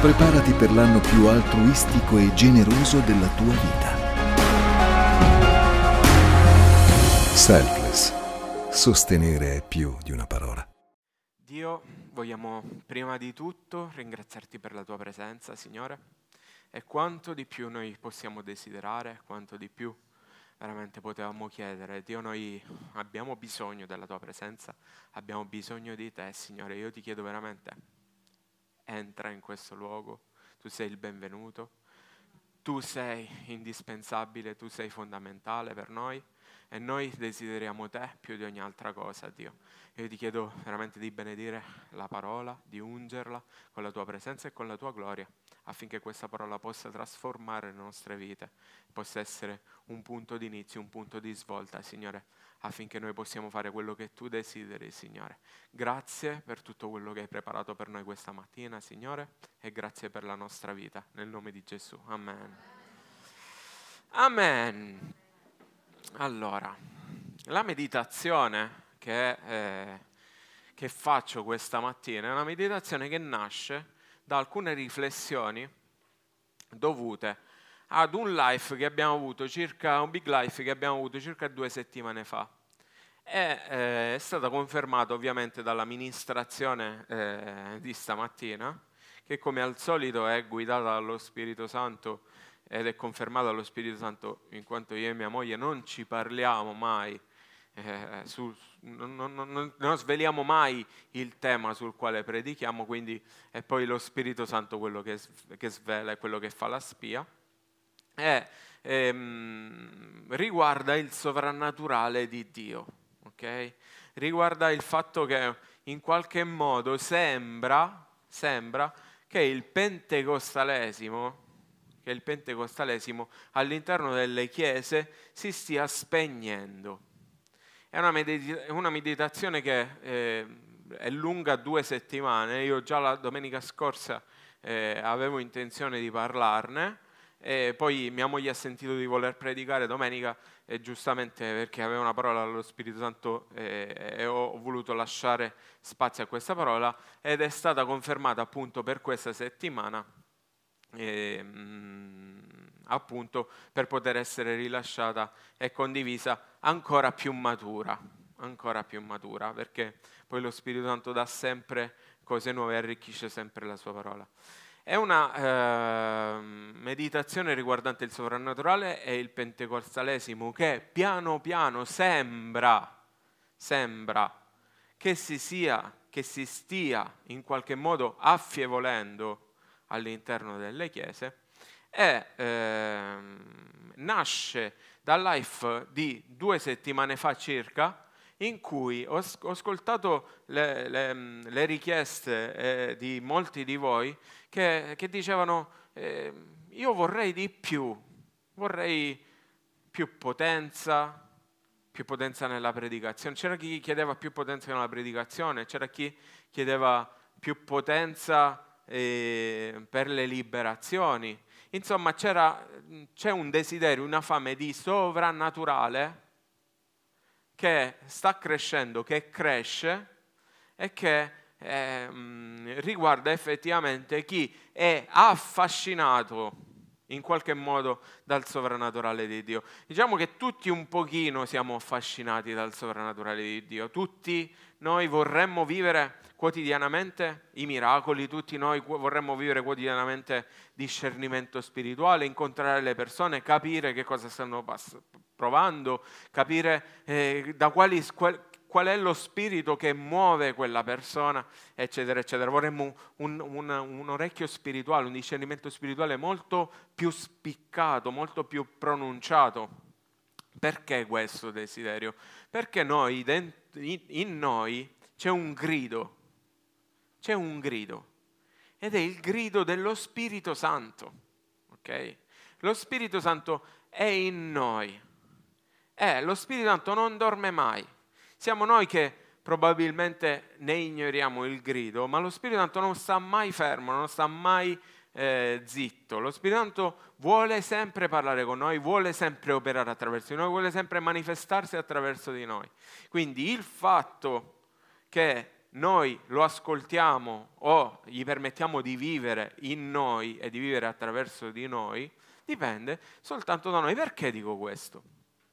Preparati per l'anno più altruistico e generoso della tua vita. Selfless. Sostenere è più di una parola. Dio, vogliamo prima di tutto ringraziarti per la tua presenza, Signore, e quanto di più noi possiamo desiderare, quanto di più veramente potevamo chiedere. Dio, noi abbiamo bisogno della tua presenza, abbiamo bisogno di te, Signore. Io ti chiedo veramente, entra in questo luogo, tu sei il benvenuto, tu sei indispensabile, tu sei fondamentale per noi e noi desideriamo te più di ogni altra cosa, Dio. Io ti chiedo veramente di benedire la parola, di ungerla con la tua presenza e con la tua gloria, affinché questa parola possa trasformare le nostre vite, possa essere un punto di inizio, un punto di svolta, Signore, affinché noi possiamo fare quello che tu desideri, Signore. Grazie per tutto quello che hai preparato per noi questa mattina, Signore, e grazie per la nostra vita, nel nome di Gesù. Amen. Amen. Allora, la meditazione che faccio questa mattina è una meditazione che nasce da alcune riflessioni dovute ad un live che abbiamo avuto un big live che abbiamo avuto circa 2 settimane fa. È stata confermata ovviamente dalla ministrazione di stamattina, che come al solito è guidata dallo Spirito Santo ed è confermata dallo Spirito Santo, in quanto io e mia moglie non ci parliamo mai, non sveliamo mai il tema sul quale predichiamo, quindi è poi lo Spirito Santo quello che svela, è quello che fa la spia. Riguarda il sovrannaturale di Dio, ok? Riguarda il fatto che in qualche modo sembra che il pentecostalesimo all'interno delle chiese si stia spegnendo. È una meditazione che è lunga 2 settimane. Io già la domenica scorsa avevo intenzione di parlarne, e poi mia moglie ha sentito di voler predicare domenica, e giustamente perché aveva una parola dallo Spirito Santo e ho voluto lasciare spazio a questa parola, ed è stata confermata appunto per questa settimana, appunto per poter essere rilasciata e condivisa ancora più matura, perché poi lo Spirito Santo dà sempre cose nuove e arricchisce sempre la sua parola. È una meditazione riguardante il sovrannaturale e il pentecostalesimo che piano piano sembra che si stia in qualche modo affievolendo all'interno delle chiese, e nasce dal live di 2 settimane fa circa, in cui ho ascoltato le richieste di molti di voi che dicevano io vorrei di più, vorrei più potenza nella predicazione. C'era chi chiedeva più potenza nella predicazione, c'era chi chiedeva più potenza per le liberazioni. Insomma, c'è un desiderio, una fame di sovrannaturale che sta crescendo, che cresce e che riguarda effettivamente chi è affascinato in qualche modo dal sovrannaturale di Dio. Diciamo che tutti un pochino siamo affascinati dal sovrannaturale di Dio, tutti noi vorremmo vivere quotidianamente i miracoli, tutti noi vorremmo vivere quotidianamente discernimento spirituale, incontrare le persone, capire che cosa stanno provando, capire qual è lo spirito che muove quella persona, eccetera, eccetera. Vorremmo un orecchio spirituale, un discernimento spirituale molto più spiccato, molto più pronunciato. Perché questo desiderio? Perché in noi c'è un grido, ed è il grido dello Spirito Santo, ok? Lo Spirito Santo è in noi, lo Spirito Santo non dorme mai. Siamo noi che probabilmente ne ignoriamo il grido, ma lo Spirito Santo non sta mai fermo, non sta mai zitto. Lo Spirito Santo vuole sempre parlare con noi, vuole sempre operare attraverso di noi, vuole sempre manifestarsi attraverso di noi. Quindi il fatto che noi lo ascoltiamo o gli permettiamo di vivere in noi e di vivere attraverso di noi, dipende soltanto da noi. Perché dico questo?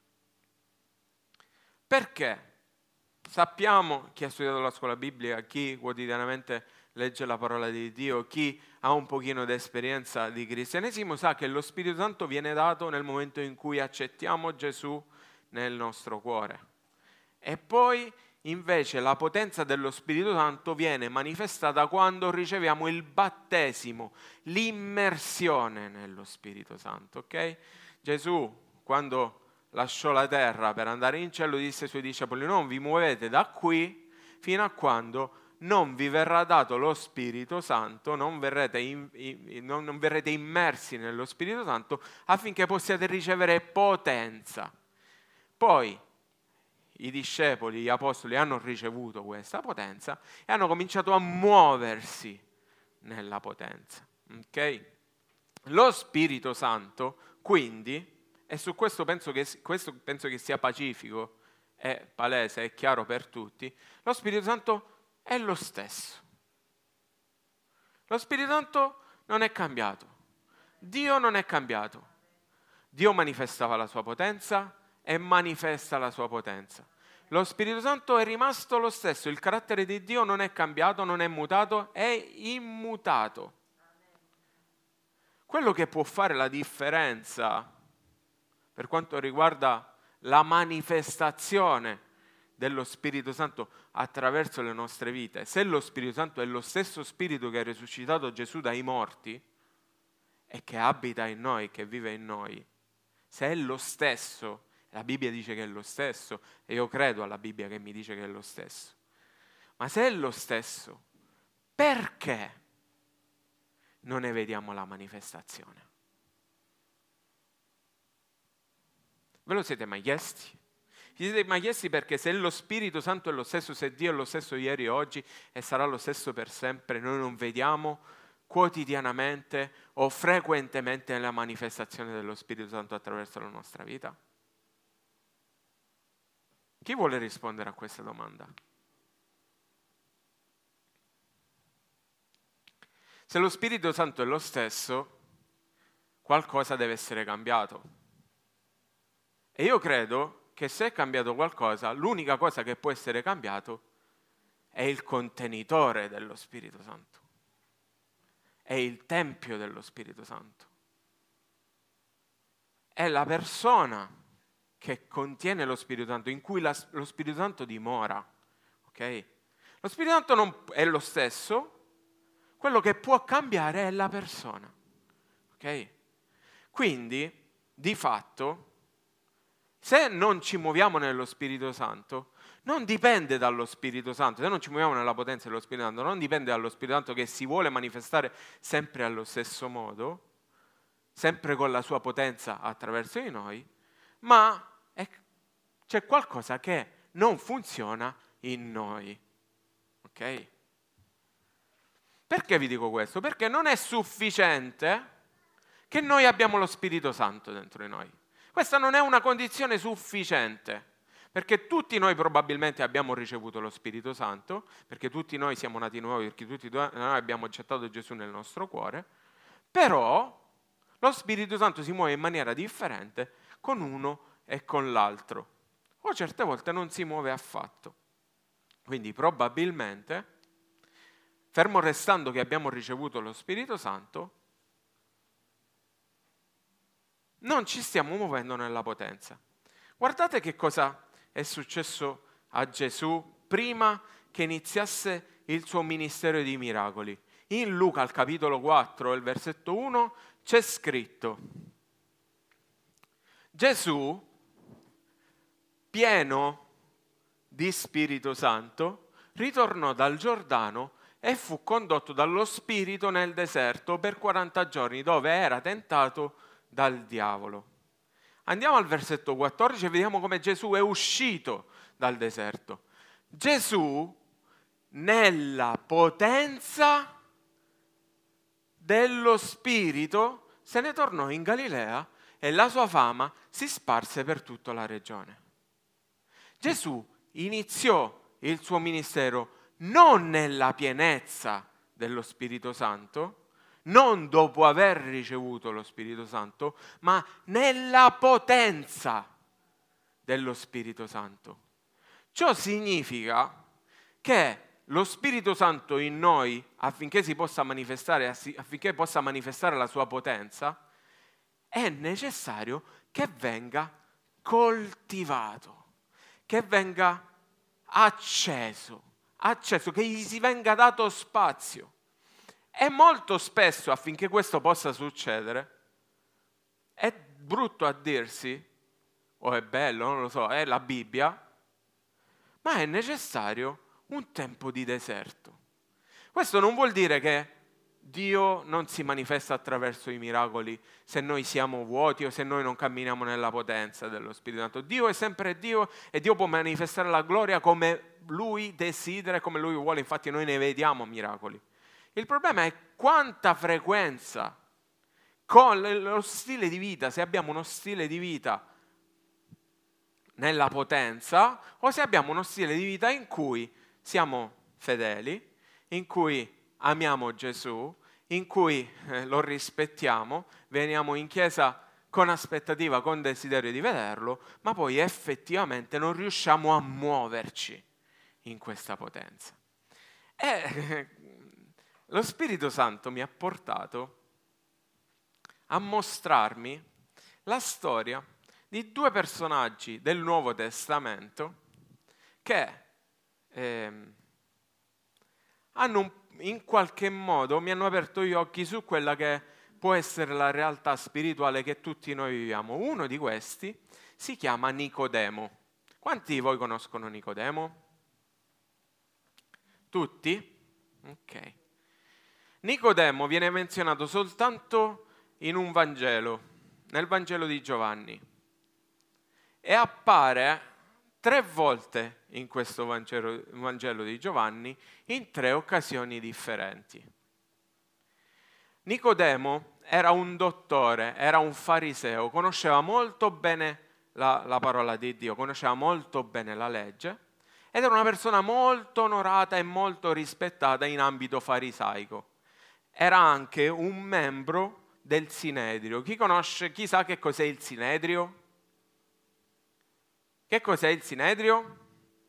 Perché sappiamo, chi ha studiato la scuola biblica, chi quotidianamente legge la parola di Dio, chi ha un pochino di esperienza di cristianesimo, sa che lo Spirito Santo viene dato nel momento in cui accettiamo Gesù nel nostro cuore. E poi invece la potenza dello Spirito Santo viene manifestata quando riceviamo il battesimo, l'immersione nello Spirito Santo, ok? Gesù, quando lasciò la terra per andare in cielo, disse ai suoi discepoli: non vi muovete da qui fino a quando non vi verrà dato lo Spirito Santo, non verrete immersi nello Spirito Santo affinché possiate ricevere potenza. Poi i discepoli, gli apostoli hanno ricevuto questa potenza e hanno cominciato a muoversi nella potenza. Ok? Lo Spirito Santo, quindi, e su questo penso che sia pacifico, è palese, è chiaro per tutti, lo Spirito Santo è lo stesso. Lo Spirito Santo non è cambiato. Dio non è cambiato. Dio manifestava la sua potenza e manifesta la sua potenza. Lo Spirito Santo è rimasto lo stesso, il carattere di Dio non è cambiato, non è mutato, è immutato. Quello che può fare la differenza per quanto riguarda la manifestazione dello Spirito Santo attraverso le nostre vite, se lo Spirito Santo è lo stesso Spirito che ha risuscitato Gesù dai morti e che abita in noi, che vive in noi, se è lo stesso, la Bibbia dice che è lo stesso e io credo alla Bibbia che mi dice che è lo stesso, ma se è lo stesso, perché non ne vediamo la manifestazione? Ve lo siete mai chiesti? Vi siete mai chiesti perché se lo Spirito Santo è lo stesso, se Dio è lo stesso ieri e oggi e sarà lo stesso per sempre, noi non vediamo quotidianamente o frequentemente la manifestazione dello Spirito Santo attraverso la nostra vita? Chi vuole rispondere a questa domanda? Se lo Spirito Santo è lo stesso, qualcosa deve essere cambiato. E io credo che se è cambiato qualcosa, l'unica cosa che può essere cambiato è il contenitore dello Spirito Santo. È il tempio dello Spirito Santo. È la persona che contiene lo Spirito Santo, in cui lo Spirito Santo dimora. Ok? Lo Spirito Santo non è lo stesso, quello che può cambiare è la persona. Ok? Quindi, di fatto, se non ci muoviamo nello Spirito Santo, non dipende dallo Spirito Santo, se non ci muoviamo nella potenza dello Spirito Santo, non dipende dallo Spirito Santo che si vuole manifestare sempre allo stesso modo, sempre con la sua potenza attraverso di noi, ma c'è qualcosa che non funziona in noi. Ok? Perché vi dico questo? Perché non è sufficiente che noi abbiamo lo Spirito Santo dentro di noi. Questa non è una condizione sufficiente, perché tutti noi probabilmente abbiamo ricevuto lo Spirito Santo, perché tutti noi siamo nati nuovi, perché tutti noi abbiamo accettato Gesù nel nostro cuore, però lo Spirito Santo si muove in maniera differente con uno e con l'altro, o certe volte non si muove affatto. Quindi probabilmente, fermo restando che abbiamo ricevuto lo Spirito Santo, non ci stiamo muovendo nella potenza. Guardate che cosa è successo a Gesù prima che iniziasse il suo ministero di miracoli. In Luca, al capitolo 4, il versetto 1, c'è scritto: Gesù, pieno di Spirito Santo, ritornò dal Giordano e fu condotto dallo Spirito nel deserto per 40 giorni, dove era tentato dal diavolo. Andiamo al versetto 14 e vediamo come Gesù è uscito dal deserto. Gesù, nella potenza dello Spirito, se ne tornò in Galilea e la sua fama si sparse per tutta la regione. Gesù iniziò il suo ministero non nella pienezza dello Spirito Santo, non dopo aver ricevuto lo Spirito Santo, ma nella potenza dello Spirito Santo. Ciò significa che lo Spirito Santo in noi, affinché possa manifestare la sua potenza, è necessario che venga coltivato, che venga acceso, che gli si venga dato spazio. E molto spesso, affinché questo possa succedere, è brutto a dirsi, o è bello, non lo so, è la Bibbia, ma è necessario un tempo di deserto. Questo non vuol dire che Dio non si manifesta attraverso i miracoli se noi siamo vuoti o se noi non camminiamo nella potenza dello Spirito Santo. Dio è sempre Dio e Dio può manifestare la gloria come Lui desidera e come Lui vuole. Infatti noi ne vediamo miracoli. Il problema è quanta frequenza con lo stile di vita, se abbiamo uno stile di vita nella potenza o se abbiamo uno stile di vita in cui siamo fedeli, in cui amiamo Gesù, in cui lo rispettiamo, veniamo in chiesa con aspettativa, con desiderio di vederlo, ma poi effettivamente non riusciamo a muoverci in questa potenza. E lo Spirito Santo mi ha portato a mostrarmi la storia di due personaggi del Nuovo Testamento che in qualche modo mi hanno aperto gli occhi su quella che può essere la realtà spirituale che tutti noi viviamo. Uno di questi si chiama Nicodemo. Quanti di voi conoscono Nicodemo? Tutti? Ok. Nicodemo viene menzionato soltanto in un Vangelo, nel Vangelo di Giovanni, e appare 3 volte in questo Vangelo di Giovanni in 3 occasioni differenti. Nicodemo era un dottore, era un fariseo, conosceva molto bene la parola di Dio, conosceva molto bene la legge ed era una persona molto onorata e molto rispettata in ambito farisaico. Era anche un membro del Sinedrio. Chi sa che cos'è il Sinedrio? Che cos'è il Sinedrio?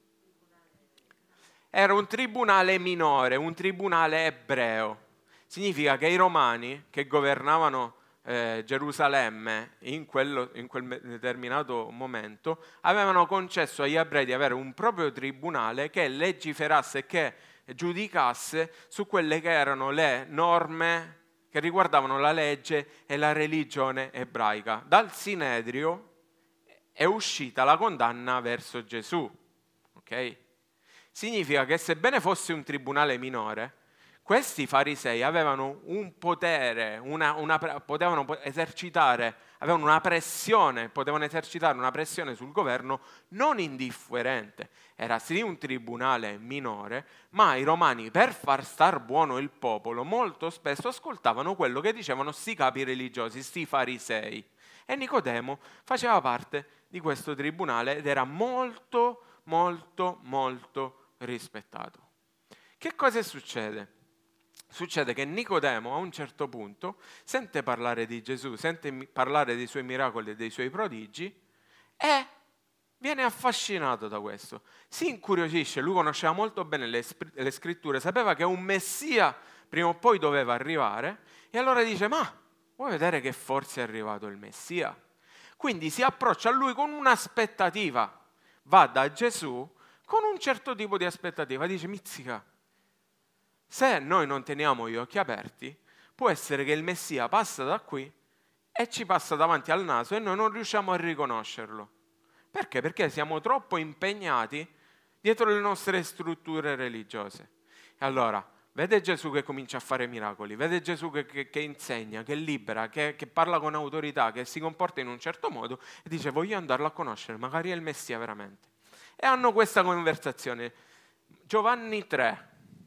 Era un tribunale minore, un tribunale ebreo. Significa che i romani che governavano Gerusalemme in quel determinato momento avevano concesso agli ebrei di avere un proprio tribunale che legiferasse e che giudicasse su quelle che erano le norme che riguardavano la legge e la religione ebraica. Dal Sinedrio è uscita la condanna verso Gesù. Ok? Significa che sebbene fosse un tribunale minore, questi farisei avevano un potere, potevano esercitare una pressione sul governo non indifferente. Era sì un tribunale minore, ma i romani, per far star buono il popolo, molto spesso ascoltavano quello che dicevano sti capi religiosi, sti farisei. E Nicodemo faceva parte di questo tribunale ed era molto, molto, molto rispettato. Che cosa succede? Succede che Nicodemo a un certo punto sente parlare di Gesù, sente parlare dei suoi miracoli e dei suoi prodigi e viene affascinato da questo. Si incuriosisce, lui conosceva molto bene le scritture, sapeva che un Messia prima o poi doveva arrivare e allora dice: ma vuoi vedere che forse è arrivato il Messia? Quindi si approccia a lui con un'aspettativa, va da Gesù con un certo tipo di aspettativa, dice: mizzica, se noi non teniamo gli occhi aperti, può essere che il Messia passa da qui e ci passa davanti al naso e noi non riusciamo a riconoscerlo. Perché? Perché siamo troppo impegnati dietro le nostre strutture religiose. E allora, vede Gesù che comincia a fare miracoli, vede Gesù che insegna, che libera, che parla con autorità, che si comporta in un certo modo e dice: voglio andarlo a conoscere, magari è il Messia veramente. E hanno questa conversazione. Giovanni 3.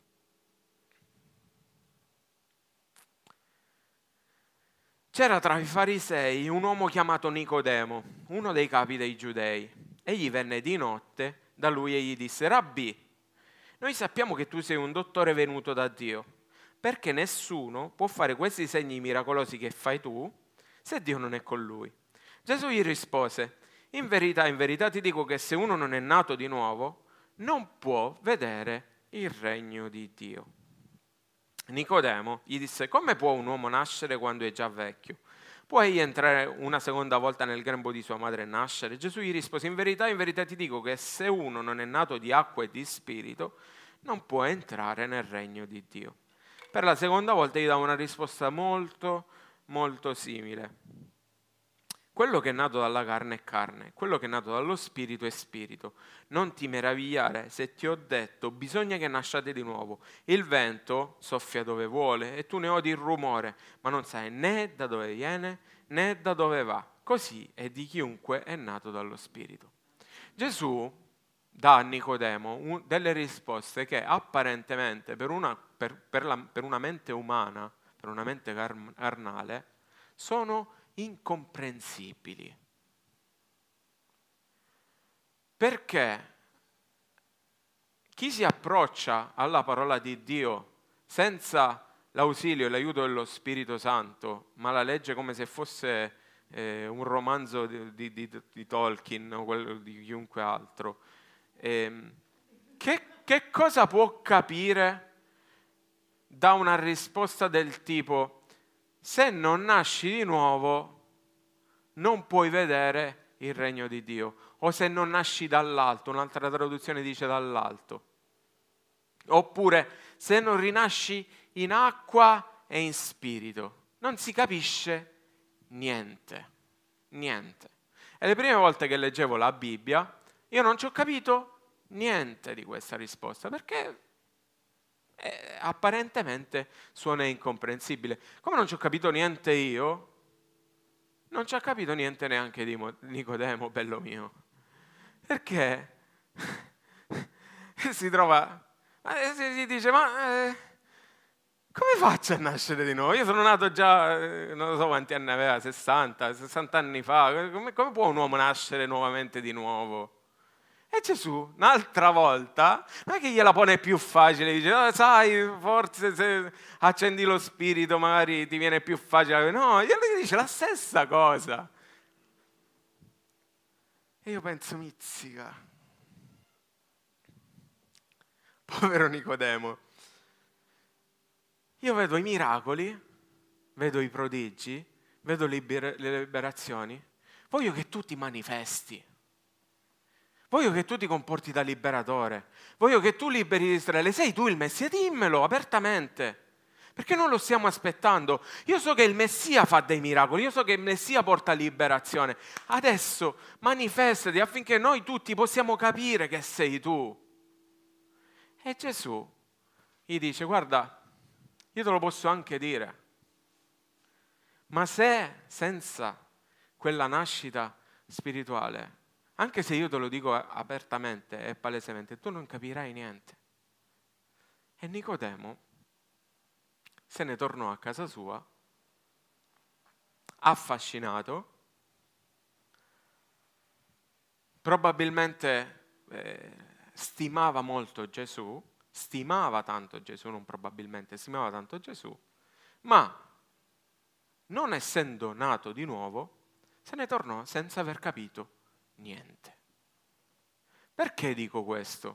C'era tra i farisei un uomo chiamato Nicodemo, uno dei capi dei giudei. Egli venne di notte da lui e gli disse: Rabbì, noi sappiamo che tu sei un dottore venuto da Dio, perché nessuno può fare questi segni miracolosi che fai tu se Dio non è con lui. Gesù gli rispose: in verità ti dico che se uno non è nato di nuovo, non può vedere il regno di Dio. Nicodemo gli disse: come può un uomo nascere quando è già vecchio? Può egli entrare una seconda volta nel grembo di sua madre e nascere? Gesù gli rispose: in verità ti dico che se uno non è nato di acqua e di spirito, non può entrare nel regno di Dio. Per la seconda volta gli dà una risposta molto, molto simile. Quello che è nato dalla carne è carne, quello che è nato dallo spirito è spirito. Non ti meravigliare se ti ho detto: bisogna che nasciate di nuovo. Il vento soffia dove vuole e tu ne odi il rumore, ma non sai né da dove viene né da dove va. Così è di chiunque è nato dallo spirito. Gesù dà a Nicodemo delle risposte che apparentemente per una mente umana, per una mente carnale, sono incomprensibili. Perché chi si approccia alla parola di Dio senza l'ausilio e l'aiuto dello Spirito Santo, ma la legge come se fosse un romanzo di Tolkien o quello di chiunque altro, che cosa può capire da una risposta del tipo: se non nasci di nuovo non puoi vedere il regno di Dio, o se non nasci dall'alto, un'altra traduzione dice dall'alto, oppure se non rinasci in acqua e in spirito. Non si capisce niente. E le prime volte che leggevo la Bibbia io non ci ho capito niente di questa risposta, perché apparentemente suona incomprensibile. Come non ci ho capito niente io, non ci ha capito niente neanche Nicodemo, bello mio. Perché si trova, si dice: ma come faccio a nascere di nuovo? Io sono nato già, non so quanti anni aveva, 60 anni fa. Come può un uomo nascere nuovamente di nuovo? E Gesù, un'altra volta, non è che gliela pone più facile, dice: sai, forse se accendi lo spirito magari ti viene più facile. No, glielo dice la stessa cosa. E io penso: mizzica. Povero Nicodemo. Io vedo i miracoli, vedo i prodigi, vedo le liberazioni. Voglio che tu ti manifesti. Voglio che tu ti comporti da liberatore. Voglio che tu liberi Israele. Sei tu il Messia? Dimmelo apertamente. Perché non lo stiamo aspettando? Io so che il Messia fa dei miracoli. Io so che il Messia porta liberazione. Adesso manifestati affinché noi tutti possiamo capire che sei tu. E Gesù gli dice: guarda, io te lo posso anche dire. Ma se senza quella nascita spirituale, anche se io te lo dico apertamente e palesemente, tu non capirai niente. E Nicodemo se ne tornò a casa sua, affascinato, probabilmente stimava molto Gesù, stimava tanto Gesù, non probabilmente, stimava tanto Gesù, ma non essendo nato di nuovo, se ne tornò senza aver capito niente. Perché dico questo?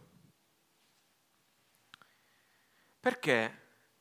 Perché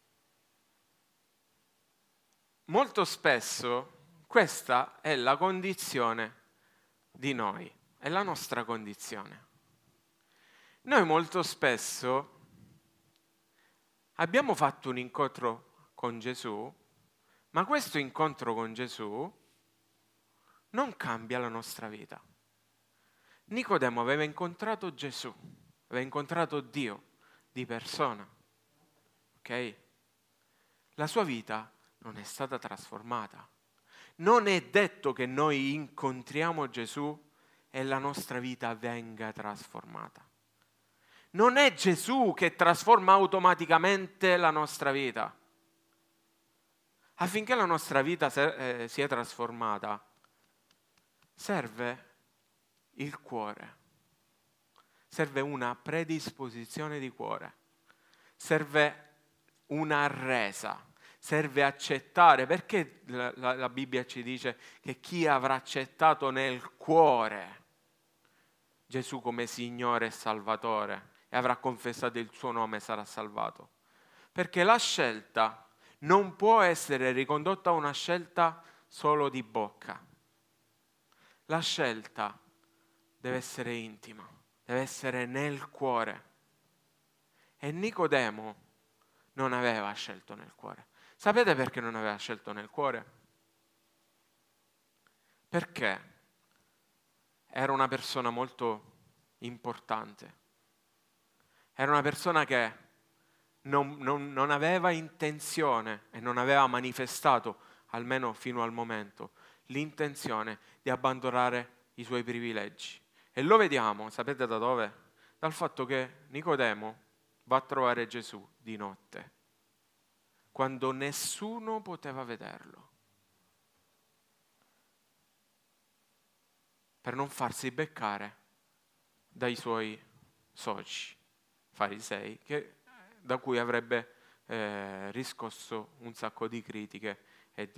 molto spesso questa è la condizione di noi, è la nostra condizione. Noi molto spesso abbiamo fatto un incontro con Gesù, ma questo incontro con Gesù non cambia la nostra vita. Nicodemo aveva incontrato Gesù, aveva incontrato Dio di persona, ok? La sua vita non è stata trasformata. Non è detto che noi incontriamo Gesù e la nostra vita venga trasformata. Non è Gesù che trasforma automaticamente la nostra vita. Affinché la nostra vita sia trasformata, serve il cuore. serve una predisposizione di cuore, serve una resa, serve accettare, perché la Bibbia ci dice che chi avrà accettato nel cuore Gesù come Signore e Salvatore e avrà confessato il suo nome sarà salvato. Perché la scelta non può essere ricondotta a una scelta solo di bocca. La scelta deve essere intima, deve essere nel cuore. E Nicodemo non aveva scelto nel cuore. Sapete perché non aveva scelto nel cuore? Perché era una persona molto importante. Era una persona che non aveva intenzione e non aveva manifestato, almeno fino al momento, l'intenzione di abbandonare i suoi privilegi. E lo vediamo, sapete da dove? Dal fatto che Nicodemo va a trovare Gesù di notte, quando nessuno poteva vederlo, per non farsi beccare dai suoi soci farisei, da cui avrebbe riscosso un sacco di critiche e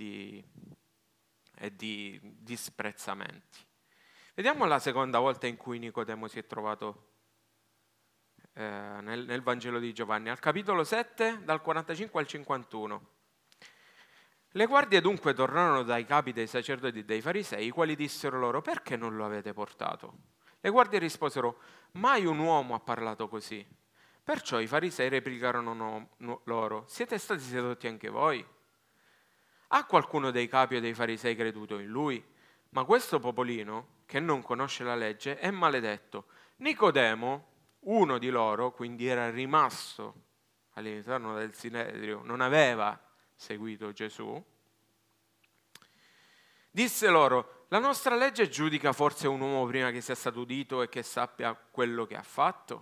di disprezzamenti. Vediamo la seconda volta in cui Nicodemo si è trovato nel Vangelo di Giovanni, al capitolo 7, dal 45 al 51. Le guardie dunque tornarono dai capi dei sacerdoti e dei farisei, i quali dissero loro: perché non lo avete portato? Le guardie risposero: mai un uomo ha parlato così. Perciò i farisei replicarono loro: siete stati sedotti anche voi? Ha qualcuno dei capi o dei farisei creduto in lui? Ma questo popolino, che non conosce la legge, è maledetto. Nicodemo, uno di loro, quindi era rimasto all'interno del Sinedrio, non aveva seguito Gesù, disse loro: la nostra legge giudica forse un uomo prima che sia stato udito e che sappia quello che ha fatto?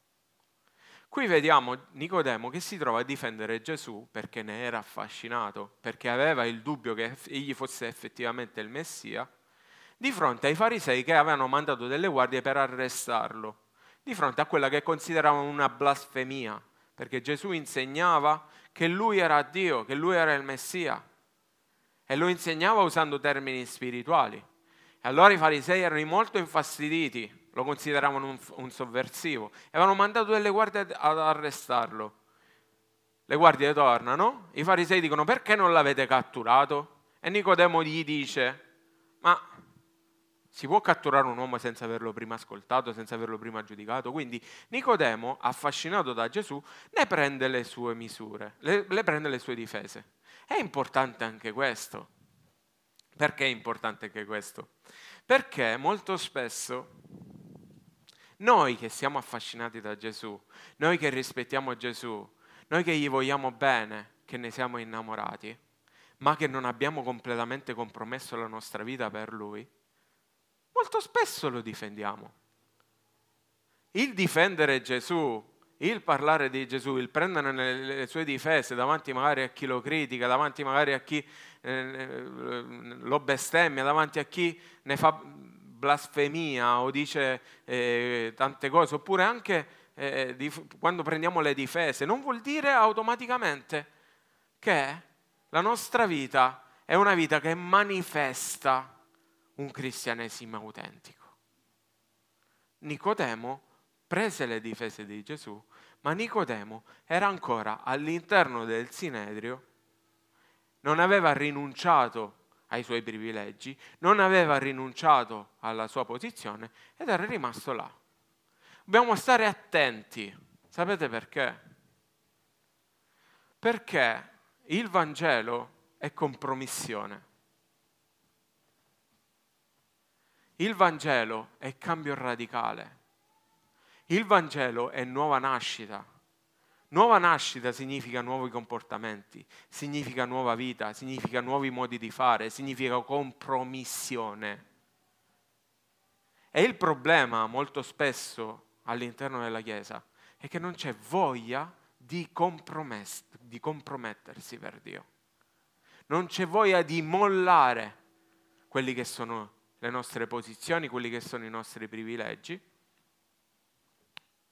Qui vediamo Nicodemo che si trova a difendere Gesù perché ne era affascinato, perché aveva il dubbio che egli fosse effettivamente il Messia, di fronte ai farisei che avevano mandato delle guardie per arrestarlo, di fronte a quella che consideravano una blasfemia, perché Gesù insegnava che lui era Dio, che lui era il Messia, e lo insegnava usando termini spirituali. E allora i farisei erano molto infastiditi, lo consideravano un sovversivo, e avevano mandato delle guardie ad arrestarlo. Le guardie tornano, i farisei dicono: perché non l'avete catturato? E Nicodemo gli dice: ma si può catturare un uomo senza averlo prima ascoltato, senza averlo prima giudicato? Quindi Nicodemo, affascinato da Gesù, ne prende le sue misure, le prende le sue difese. È importante anche questo. Perché è importante anche questo? Perché molto spesso noi che siamo affascinati da Gesù, noi che rispettiamo Gesù, noi che gli vogliamo bene, che ne siamo innamorati, ma che non abbiamo completamente compromesso la nostra vita per Lui, molto spesso lo difendiamo. Il difendere Gesù, il parlare di Gesù, il prendere le sue difese davanti magari a chi lo critica, davanti magari a chi lo bestemmia, davanti a chi ne fa blasfemia o dice tante cose, oppure anche quando prendiamo le difese, non vuol dire automaticamente che la nostra vita è una vita che manifesta un cristianesimo autentico. Nicodemo prese le difese di Gesù, ma Nicodemo era ancora all'interno del Sinedrio, non aveva rinunciato ai suoi privilegi, non aveva rinunciato alla sua posizione ed era rimasto là. Dobbiamo stare attenti. Sapete perché? Perché il Vangelo è compromissione. Il Vangelo è cambio radicale. Il Vangelo è nuova nascita. Nuova nascita significa nuovi comportamenti, significa nuova vita, significa nuovi modi di fare, significa compromissione. E il problema molto spesso all'interno della Chiesa è che non c'è voglia di compromettersi per Dio. Non c'è voglia di mollare quelli che sono le nostre posizioni, quelli che sono i nostri privilegi,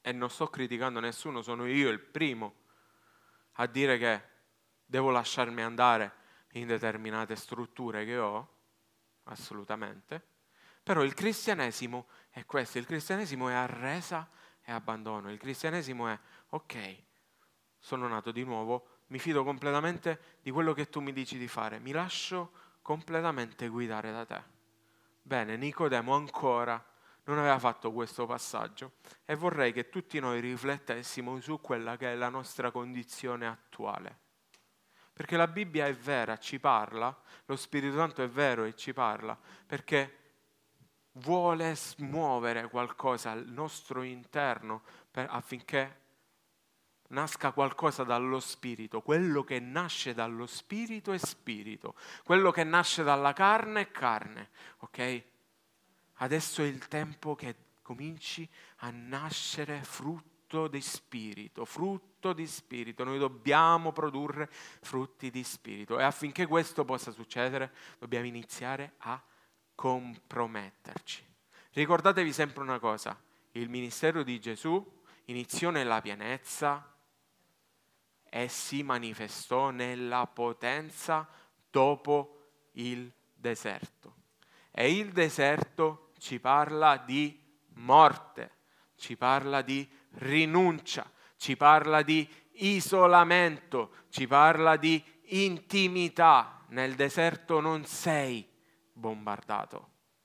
e non sto criticando nessuno, sono io il primo a dire che devo lasciarmi andare in determinate strutture che ho, assolutamente, però il cristianesimo è questo, il cristianesimo è arresa e abbandono, il cristianesimo è ok, sono nato di nuovo, mi fido completamente di quello che tu mi dici di fare, mi lascio completamente guidare da te. Bene, Nicodemo ancora non aveva fatto questo passaggio e vorrei che tutti noi riflettessimo su quella che è la nostra condizione attuale. Perché la Bibbia è vera, ci parla, lo Spirito Santo è vero e ci parla, perché vuole smuovere qualcosa al nostro interno affinché nasca qualcosa dallo Spirito. Quello che nasce dallo Spirito è Spirito, quello che nasce dalla carne è carne, ok? Adesso è il tempo che cominci a nascere frutto di spirito, frutto di spirito. Noi dobbiamo produrre frutti di spirito e affinché questo possa succedere dobbiamo iniziare a comprometterci. Ricordatevi sempre una cosa, il ministero di Gesù iniziò nella pienezza e si manifestò nella potenza dopo il deserto. E il deserto ci parla di morte, ci parla di rinuncia, ci parla di isolamento, ci parla di intimità. Nel deserto non sei bombardato.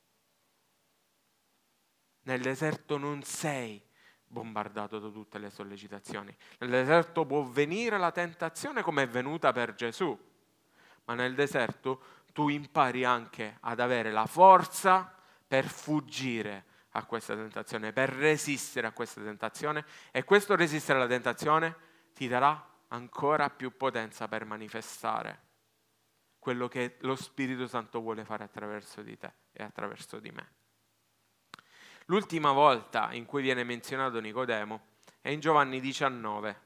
Nel deserto non sei bombardato da tutte le sollecitazioni. Nel deserto può venire la tentazione come è venuta per Gesù, ma nel deserto tu impari anche ad avere la forza per fuggire a questa tentazione, per resistere a questa tentazione, e questo resistere alla tentazione ti darà ancora più potenza per manifestare quello che lo Spirito Santo vuole fare attraverso di te e attraverso di me. L'ultima volta in cui viene menzionato Nicodemo è in Giovanni 19.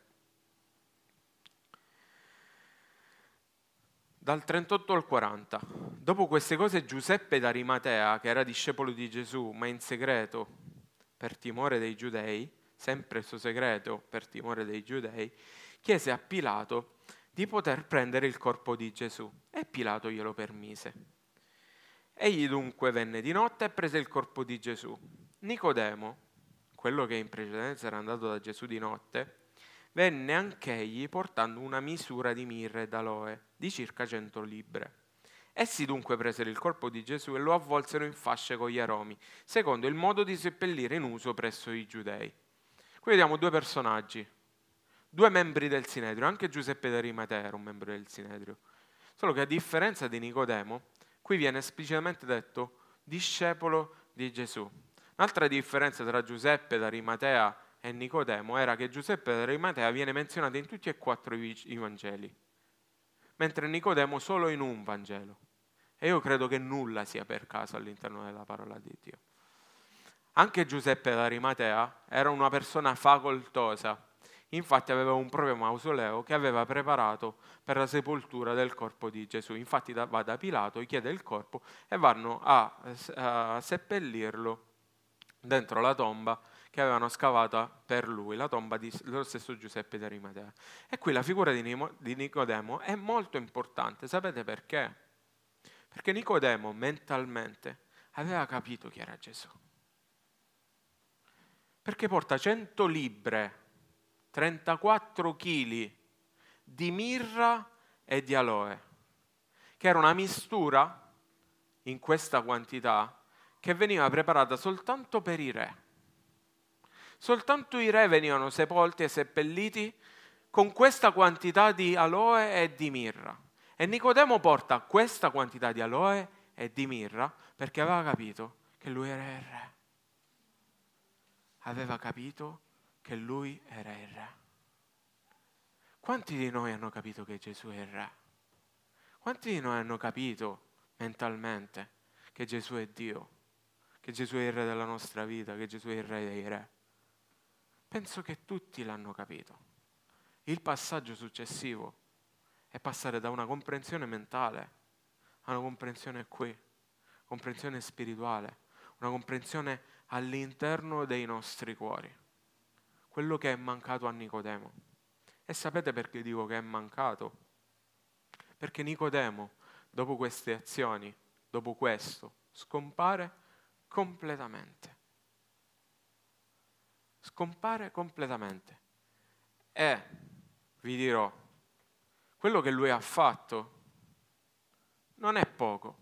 Dal 38 al 40. Dopo queste cose Giuseppe d'Arimatea, che era discepolo di Gesù, ma in segreto per timore dei giudei, sempre il suo segreto per timore dei giudei, chiese a Pilato di poter prendere il corpo di Gesù e Pilato glielo permise. Egli dunque venne di notte e prese il corpo di Gesù. Nicodemo, quello che in precedenza era andato da Gesù di notte, venne anch'egli portando una misura di mirra e d'aloe di circa 100 libbre. Essi dunque presero il corpo di Gesù e lo avvolsero in fasce con gli aromi, secondo il modo di seppellire in uso presso i giudei. Qui vediamo due personaggi, due membri del Sinedrio, anche Giuseppe d'Arimatea era un membro del Sinedrio, solo che a differenza di Nicodemo, qui viene esplicitamente detto discepolo di Gesù. Un'altra differenza tra Giuseppe d'Arimatea e Nicodemo era che Giuseppe d'Arimatea viene menzionato in tutti e 4 i Vangeli, mentre Nicodemo solo in un Vangelo. E io credo che nulla sia per caso all'interno della parola di Dio. Anche Giuseppe d'Arimatea era una persona facoltosa, infatti aveva un proprio mausoleo che aveva preparato per la sepoltura del corpo di Gesù. Infatti va da Pilato, gli chiede il corpo e vanno a seppellirlo dentro la tomba che avevano scavato per lui, la tomba dello stesso Giuseppe d'Arimatea. E qui la figura di Nicodemo è molto importante, sapete perché? Perché Nicodemo mentalmente aveva capito chi era Gesù. Perché porta 100 libbre, 34 chili di mirra e di aloe, che era una mistura in questa quantità che veniva preparata soltanto per i re. Soltanto i re venivano sepolti e seppelliti con questa quantità di aloe e di mirra. E Nicodemo porta questa quantità di aloe e di mirra perché aveva capito che lui era il re. Aveva capito che lui era il re. Quanti di noi hanno capito che Gesù è il re? Quanti di noi hanno capito mentalmente che Gesù è Dio? Che Gesù è il re della nostra vita, che Gesù è il re dei re? Penso che tutti l'hanno capito. Il passaggio successivo è passare da una comprensione mentale a una comprensione qui, comprensione spirituale, una comprensione all'interno dei nostri cuori. quello che è mancato a Nicodemo. E sapete perché dico che è mancato? Perché Nicodemo, dopo queste azioni, dopo questo, scompare completamente. Scompare completamente. E vi dirò, quello che lui ha fatto non è poco.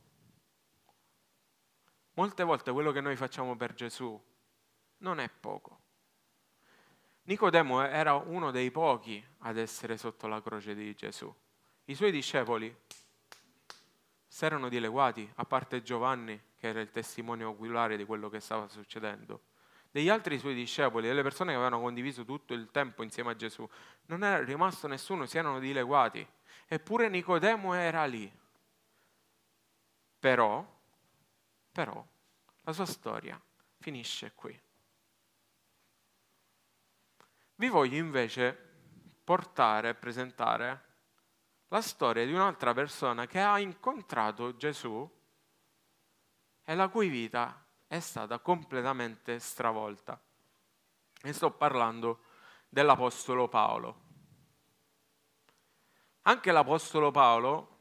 Molte volte quello che noi facciamo per Gesù non è poco. Nicodemo era uno dei pochi ad essere sotto la croce di Gesù. I suoi discepoli si erano dileguati, a parte Giovanni, che era il testimone oculare di quello che stava succedendo. Degli altri suoi discepoli, delle persone che avevano condiviso tutto il tempo insieme a Gesù, non era rimasto nessuno, si erano dileguati. Eppure Nicodemo era lì. Però, la sua storia finisce qui. Vi voglio invece portare e presentare la storia di un'altra persona che ha incontrato Gesù e la cui vita è stata completamente stravolta. E sto parlando dell'Apostolo Paolo. Anche l'Apostolo Paolo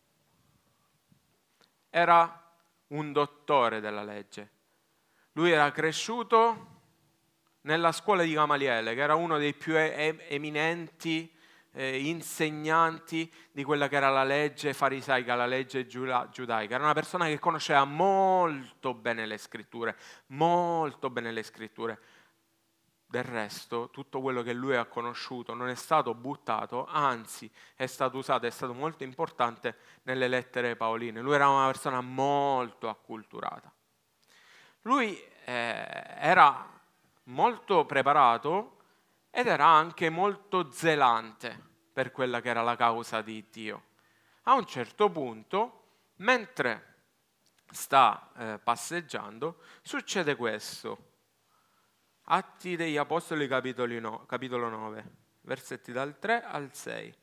era un dottore della legge. Lui era cresciuto nella scuola di Gamaliele, che era uno dei più eminenti insegnanti di quella che era la legge farisaica, la legge giudaica. Era una persona che conosceva molto bene le scritture, molto bene le scritture. Del resto, tutto quello che lui ha conosciuto non è stato buttato, anzi è stato usato, è stato molto importante nelle lettere paoline. Lui era una persona molto acculturata. Lui era molto preparato ed era anche molto zelante per quella che era la causa di Dio. A un certo punto, mentre sta passeggiando, succede questo. Atti degli Apostoli capitolo 9, versetti dal 3 al 6.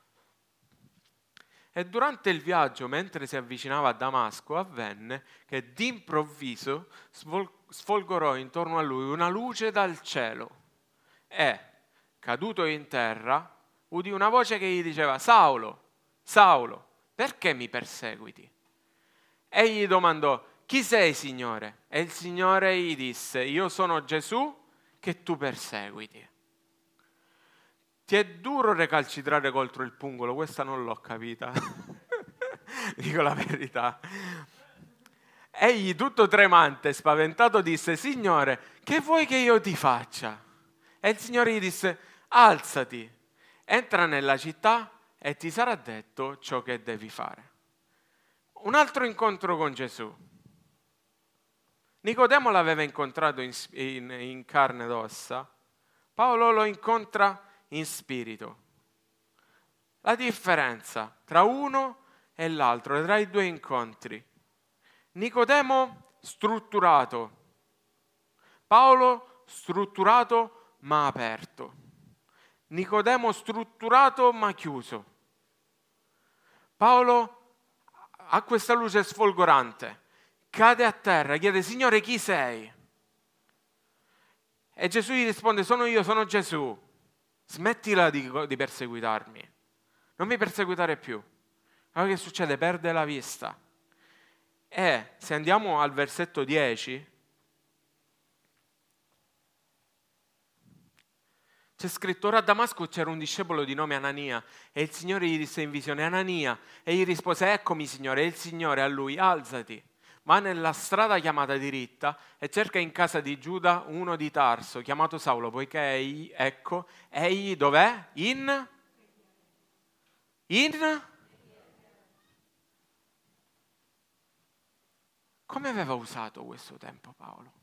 E durante il viaggio, mentre si avvicinava a Damasco, avvenne che d'improvviso sfolgorò intorno a lui una luce dal cielo e, caduto in terra, udì una voce che gli diceva: Saulo, Saulo, perché mi perseguiti? Egli domandò: chi sei, Signore? E il Signore gli disse: io sono Gesù che tu perseguiti. Ti è duro recalcitrare contro il pungolo? Questa non l'ho capita. Dico la verità. Egli, tutto tremante, spaventato, disse: Signore, che vuoi che io ti faccia? E il Signore gli disse: alzati, entra nella città e ti sarà detto ciò che devi fare. Un altro incontro con Gesù. Nicodemo l'aveva incontrato in carne ed ossa, Paolo lo incontra in spirito. La differenza tra uno e l'altro, tra i due incontri: Nicodemo strutturato, Paolo strutturato ma aperto. Nicodemo strutturato ma chiuso. Paolo ha questa luce sfolgorante, cade a terra, chiede: Signore, chi sei? E Gesù gli risponde: sono io, sono Gesù. Smettila di perseguitarmi, non mi perseguitare più. Allora che succede? Perde la vista. E se andiamo al versetto 10, c'è scritto: ora a Damasco c'era un discepolo di nome Anania e il Signore gli disse in visione: Anania. E gli rispose: eccomi, Signore. E il Signore a lui: alzati, va nella strada chiamata diritta e cerca in casa di Giuda uno di Tarso chiamato Saulo, poiché egli dov'è? In? Come aveva usato questo tempo Paolo?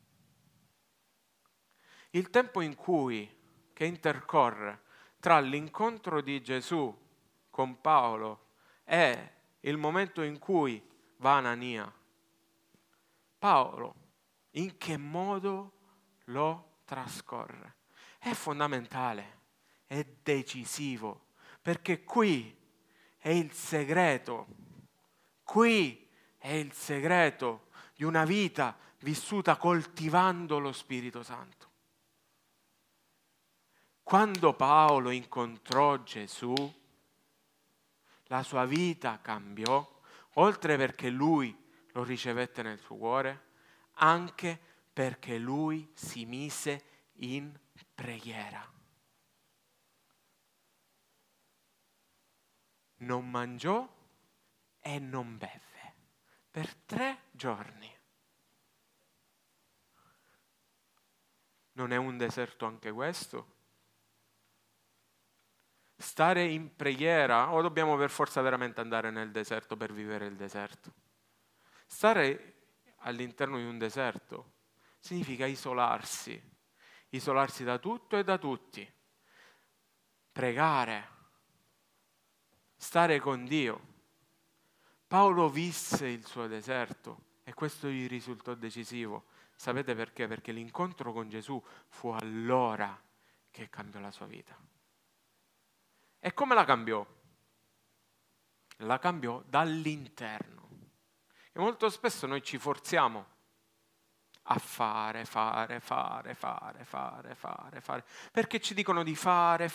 Il tempo in cui, che intercorre tra l'incontro di Gesù con Paolo e il momento in cui va Anania. Paolo in che modo lo trascorre? È fondamentale, è decisivo, perché qui è il segreto di una vita vissuta coltivando lo Spirito Santo. Quando Paolo incontrò Gesù, la sua vita cambiò, oltre perché lui lo ricevette nel suo cuore, anche perché lui si mise in preghiera. Non mangiò e non beve per 3 giorni. Non è un deserto anche questo? Stare in preghiera, o dobbiamo per forza veramente andare nel deserto per vivere il deserto? Stare all'interno di un deserto significa isolarsi da tutto e da tutti, pregare, stare con Dio. Paolo visse il suo deserto e questo gli risultò decisivo. Sapete perché? Perché l'incontro con Gesù fu allora che cambiò la sua vita. E come la cambiò? La cambiò dall'interno. E molto spesso noi ci forziamo a fare, perché ci dicono di fare.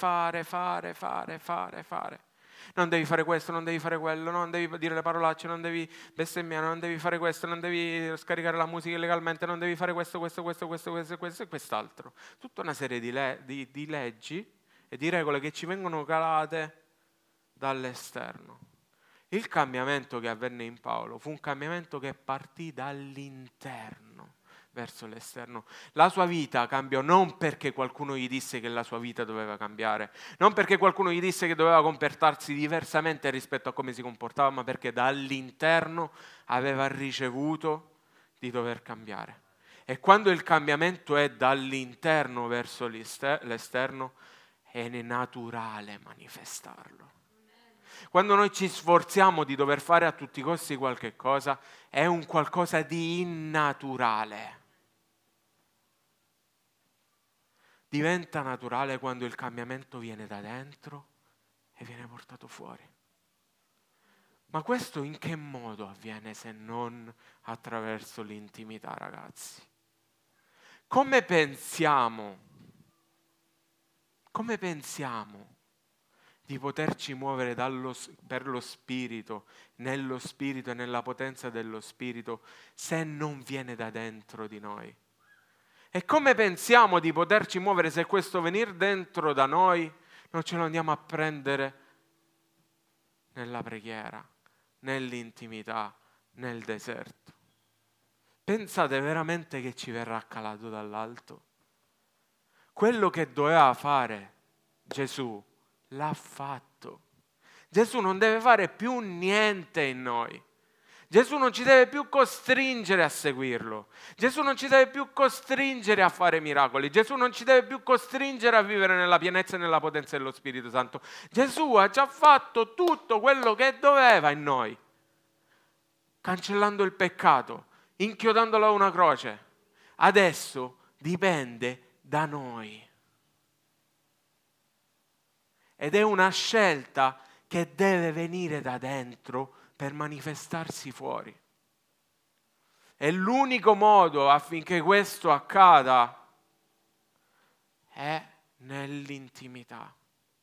Non devi fare questo, non devi fare quello, non devi dire le parolacce, non devi bestemmiare, non devi fare questo, non devi scaricare la musica illegalmente, non devi fare questo e quest'altro. Tutta una serie di leggi e di regole che ci vengono calate dall'esterno. Il cambiamento che avvenne in Paolo fu un cambiamento che partì dall'interno verso l'esterno. La sua vita cambiò non perché qualcuno gli disse che la sua vita doveva cambiare, non perché qualcuno gli disse che doveva comportarsi diversamente rispetto a come si comportava, ma perché dall'interno aveva ricevuto di dover cambiare. E quando il cambiamento è dall'interno verso l'esterno, è naturale manifestarlo. Quando noi ci sforziamo di dover fare a tutti i costi qualche cosa, è un qualcosa di innaturale. Diventa naturale quando il cambiamento viene da dentro e viene portato fuori. Ma questo in che modo avviene se non attraverso l'intimità, ragazzi? Come pensiamo di poterci muovere per lo Spirito, nello Spirito e nella potenza dello Spirito, se non viene da dentro di noi? E come pensiamo di poterci muovere se questo venir dentro da noi non ce lo andiamo a prendere nella preghiera, nell'intimità, nel deserto? Pensate veramente che ci verrà calato dall'alto? Quello che doveva fare Gesù l'ha fatto. Gesù non deve fare più niente in noi. Gesù non ci deve più costringere a seguirlo. Gesù non ci deve più costringere a fare miracoli. Gesù non ci deve più costringere a vivere nella pienezza e nella potenza dello Spirito Santo. Gesù ha già fatto tutto quello che doveva in noi, cancellando il peccato, inchiodandolo a una croce. Adesso dipende da noi. Ed è una scelta che deve venire da dentro per manifestarsi fuori. E l'unico modo affinché questo accada è nell'intimità,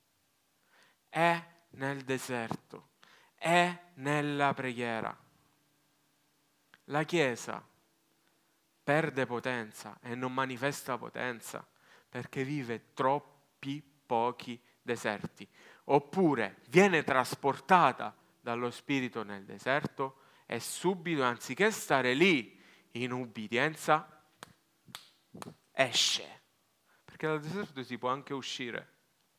è nel deserto, è nella preghiera. La Chiesa perde potenza e non manifesta potenza perché vive troppi pochi deserti, oppure viene trasportata dallo Spirito nel deserto e subito, anziché stare lì in ubbidienza, esce, perché dal deserto si può anche uscire.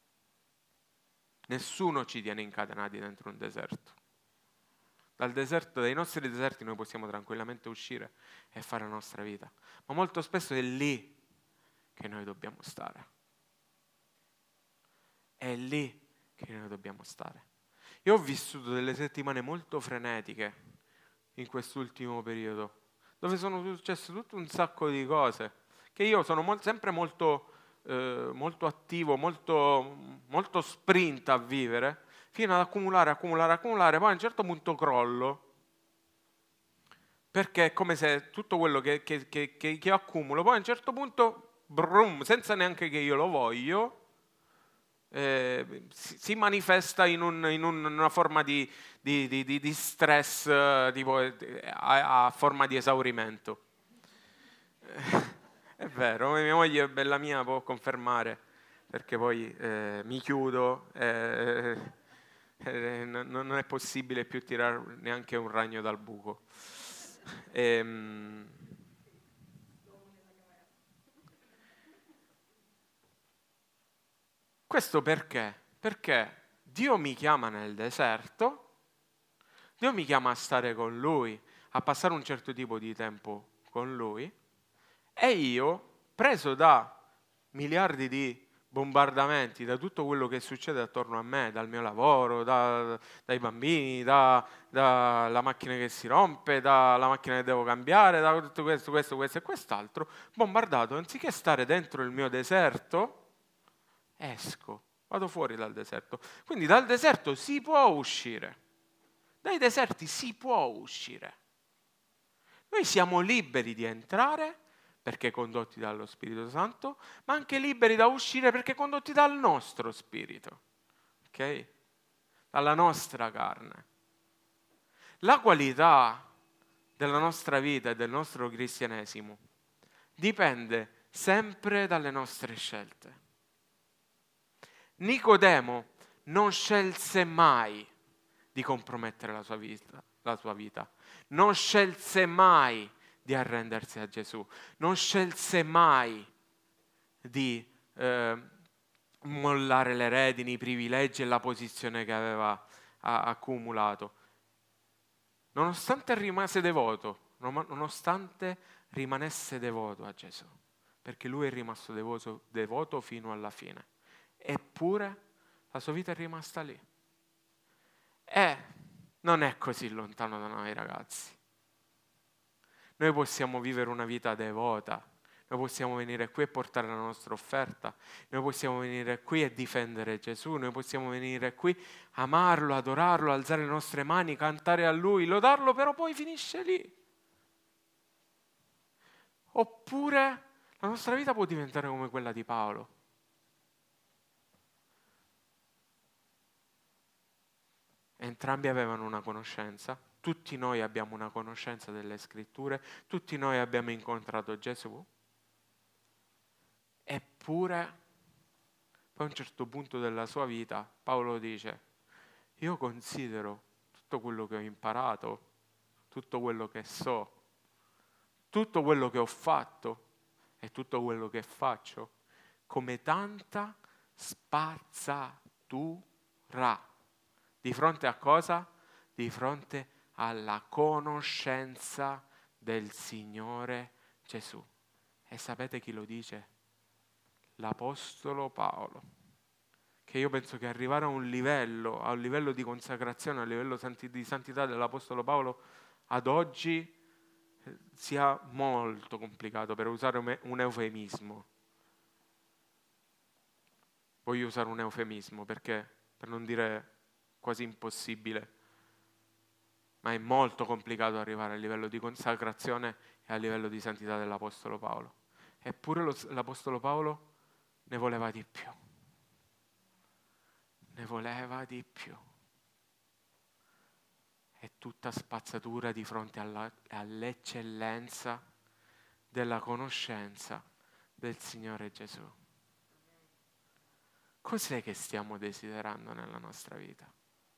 Nessuno ci tiene incatenati dentro un deserto. Dal deserto, dai nostri deserti noi possiamo tranquillamente uscire e fare la nostra vita, ma molto spesso è lì che noi dobbiamo stare. È lì che noi dobbiamo stare. Io ho vissuto delle settimane molto frenetiche in quest'ultimo periodo, dove sono successe tutto un sacco di cose, che io sono sempre molto attivo, molto sprint a vivere, fino ad accumulare, poi a un certo punto crollo, perché è come se tutto quello che accumulo, poi a un certo punto, brum, senza neanche che io lo voglio, si manifesta in una forma di stress, tipo, a forma di esaurimento. È vero, mia moglie, bella mia, può confermare, perché poi mi chiudo, non è possibile più tirare neanche un ragno dal buco. Questo perché? Perché Dio mi chiama nel deserto, Dio mi chiama a stare con Lui, a passare un certo tipo di tempo con Lui, e io, preso da miliardi di bombardamenti, da tutto quello che succede attorno a me, dal mio lavoro, dai bambini, dalla macchina che si rompe, dalla macchina che devo cambiare, da tutto questo e quest'altro, bombardato, anziché stare dentro il mio deserto, esco, vado fuori dal deserto. Quindi dal deserto si può uscire, dai deserti si può uscire. Noi siamo liberi di entrare perché condotti dallo Spirito Santo, ma anche liberi da uscire perché condotti dal nostro spirito, ok? Dalla nostra carne. La qualità della nostra vita e del nostro cristianesimo dipende sempre dalle nostre scelte. Nicodemo non scelse mai di compromettere la sua vita. Non scelse mai di arrendersi a Gesù. Non scelse mai di mollare le redini, i privilegi e la posizione che aveva accumulato. Nonostante rimanesse devoto a Gesù, perché lui è rimasto devoto fino alla fine. Eppure la sua vita è rimasta lì. E non è così lontano da noi, ragazzi. Noi possiamo vivere una vita devota, noi possiamo venire qui e portare la nostra offerta, noi possiamo venire qui e difendere Gesù, noi possiamo venire qui, amarlo, adorarlo, alzare le nostre mani, cantare a Lui, lodarlo, però poi finisce lì. Oppure la nostra vita può diventare come quella di Paolo. Entrambi avevano una conoscenza, tutti noi abbiamo una conoscenza delle scritture, tutti noi abbiamo incontrato Gesù, eppure poi a un certo punto della sua vita Paolo dice: io considero tutto quello che ho imparato, tutto quello che so, tutto quello che ho fatto e tutto quello che faccio come tanta spazzatura. Di fronte a cosa? Di fronte alla conoscenza del Signore Gesù. E sapete chi lo dice? L'Apostolo Paolo. Che io penso che arrivare a un livello di consacrazione, a livello di santità dell'Apostolo Paolo, ad oggi sia molto complicato, per usare un eufemismo. Voglio usare un eufemismo perché, per non dire quasi impossibile, ma è molto complicato arrivare a livello di consacrazione e a livello di santità dell'Apostolo Paolo. Eppure l'Apostolo Paolo ne voleva di più. Ne voleva di più. È tutta spazzatura di fronte all'eccellenza della conoscenza del Signore Gesù. Cos'è che stiamo desiderando nella nostra vita?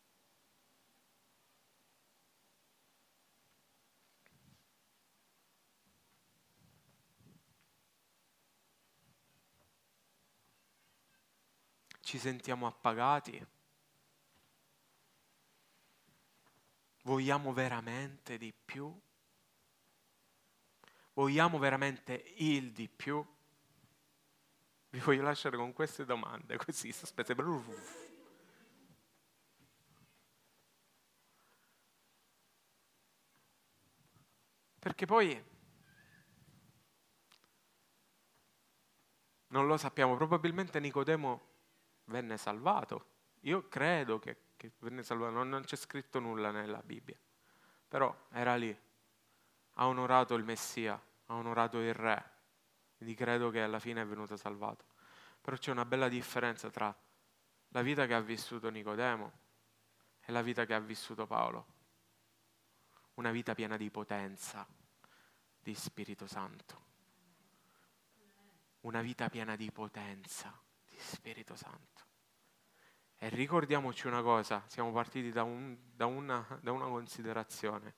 Ci sentiamo appagati? Vogliamo veramente di più? Vogliamo veramente il di più? Vi voglio lasciare con queste domande, così, sospese. Perché poi non lo sappiamo, probabilmente Nicodemo venne salvato. Io credo che venne salvato, non c'è scritto nulla nella Bibbia, però era lì, ha onorato il Messia, ha onorato il Re, quindi credo che alla fine è venuto salvato. Però c'è una bella differenza tra la vita che ha vissuto Nicodemo è la vita che ha vissuto Paolo. Una vita piena di potenza, di Spirito Santo. Una vita piena di potenza, di Spirito Santo. E ricordiamoci una cosa, siamo partiti da una considerazione.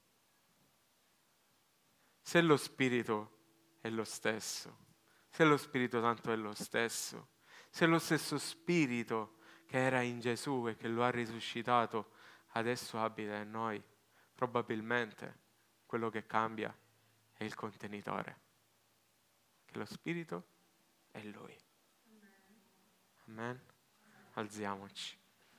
Se lo Spirito è lo stesso, se lo Spirito Santo è lo stesso, se lo stesso Spirito che era in Gesù e che lo ha risuscitato adesso abita in noi, probabilmente quello che cambia è il contenitore, che lo Spirito è Lui. Amen. Alziamoci.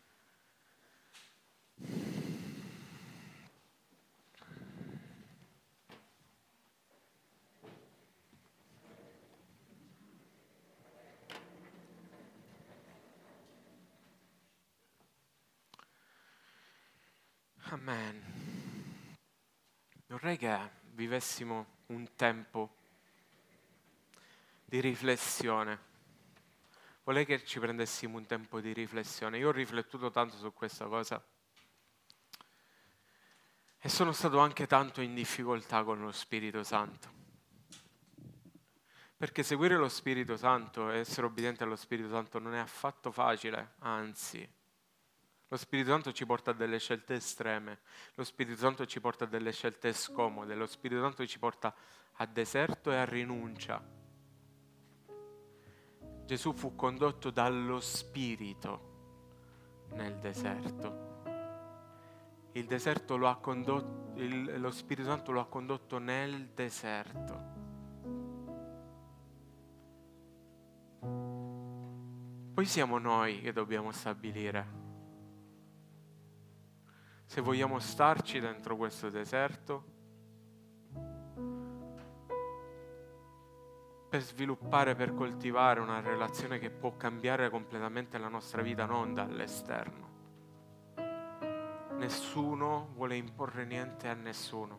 Amen. Vorrei che vivessimo un tempo di riflessione. Vorrei che ci prendessimo un tempo di riflessione. Io ho riflettuto tanto su questa cosa e sono stato anche tanto in difficoltà con lo Spirito Santo. Perché seguire lo Spirito Santo e essere obbedienti allo Spirito Santo non è affatto facile, anzi. Lo Spirito Santo ci porta a delle scelte estreme, lo Spirito Santo ci porta a delle scelte scomode, lo Spirito Santo ci porta a deserto e a rinuncia. Gesù fu condotto dallo Spirito nel deserto. Il deserto lo Spirito Santo lo ha condotto nel deserto. Poi siamo noi che dobbiamo stabilire se vogliamo starci dentro questo deserto per sviluppare, per coltivare una relazione che può cambiare completamente la nostra vita, non dall'esterno. Nessuno vuole imporre niente a nessuno.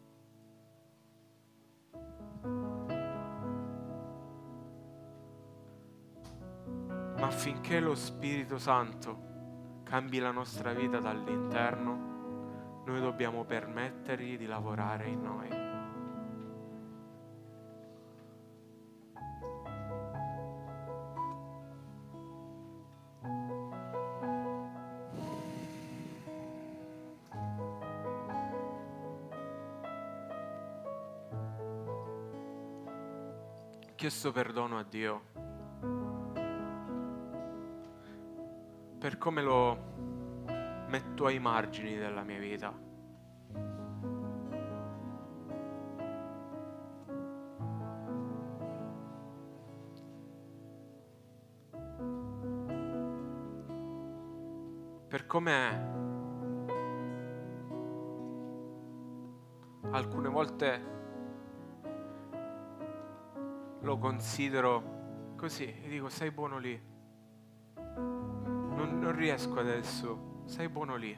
Ma affinché lo Spirito Santo cambi la nostra vita dall'interno, noi dobbiamo permettergli di lavorare in noi. Ho chiesto perdono a Dio per come lo metto ai margini della mia vita. Per come alcune volte lo considero così e dico: stai buono lì. Non riesco adesso, stai buono lì.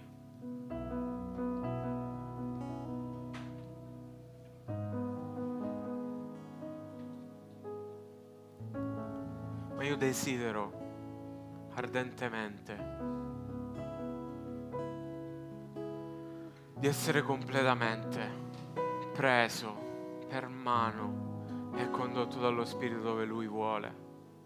Ma io desidero ardentemente di essere completamente preso per mano e condotto dallo Spirito dove Lui vuole.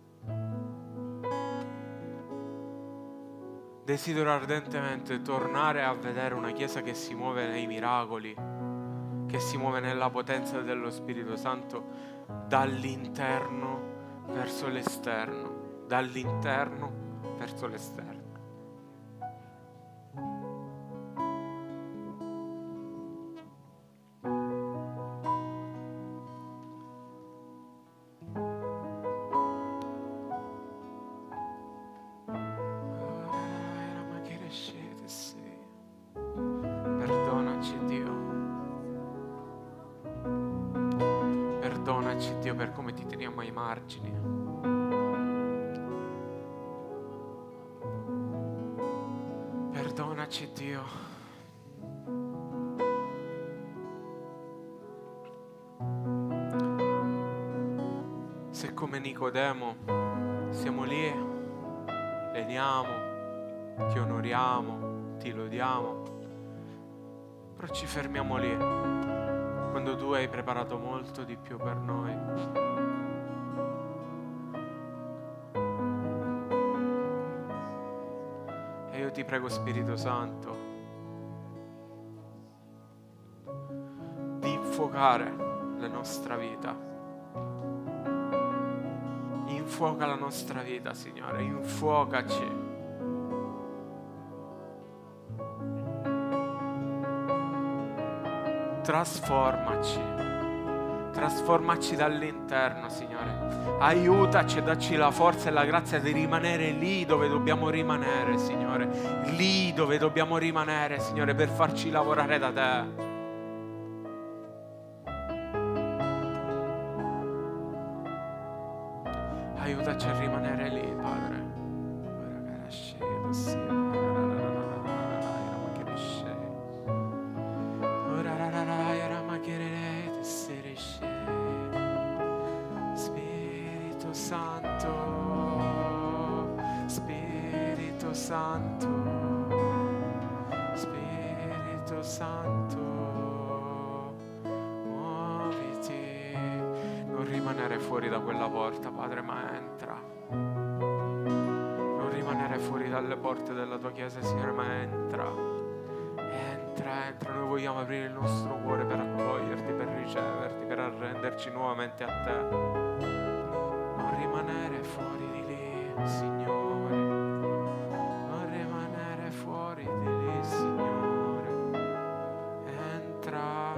Desidero ardentemente tornare a vedere una Chiesa che si muove nei miracoli, che si muove nella potenza dello Spirito Santo dall'interno verso l'esterno, dall'interno verso l'esterno. Perdonaci Dio per come ti teniamo ai margini. Perdonaci Dio. Se come Nicodemo siamo lì, vediamo, ti onoriamo, ti lodiamo, però ci fermiamo lì, quando tu hai preparato molto di più per noi. E io ti prego, Spirito Santo, di infuocare la nostra vita. Infuoca la nostra vita, Signore, infuocaci. Trasformaci dall'interno, Signore. Aiutaci e dacci la forza e la grazia di rimanere lì dove dobbiamo rimanere, Signore. Lì dove dobbiamo rimanere, Signore, per farci lavorare da te. Aiutaci a rimanere lì, Padre. Spirito Santo, Spirito Santo, Spirito Santo, muoviti. Non rimanere fuori da quella porta, Padre, ma entra. Non rimanere fuori dalle porte della tua chiesa, Signore, ma entra. Entra. Noi vogliamo aprire il nostro cuore per accoglierti, per riceverti, per arrenderci nuovamente a te. Non rimanere fuori di lì, Signore. Non rimanere fuori di lì, Signore. Entra.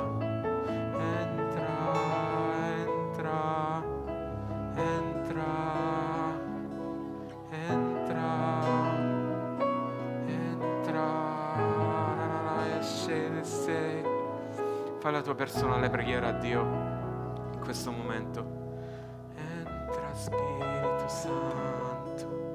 Fai la tua personale preghiera a Dio in questo momento. Entra, Spirito Santo.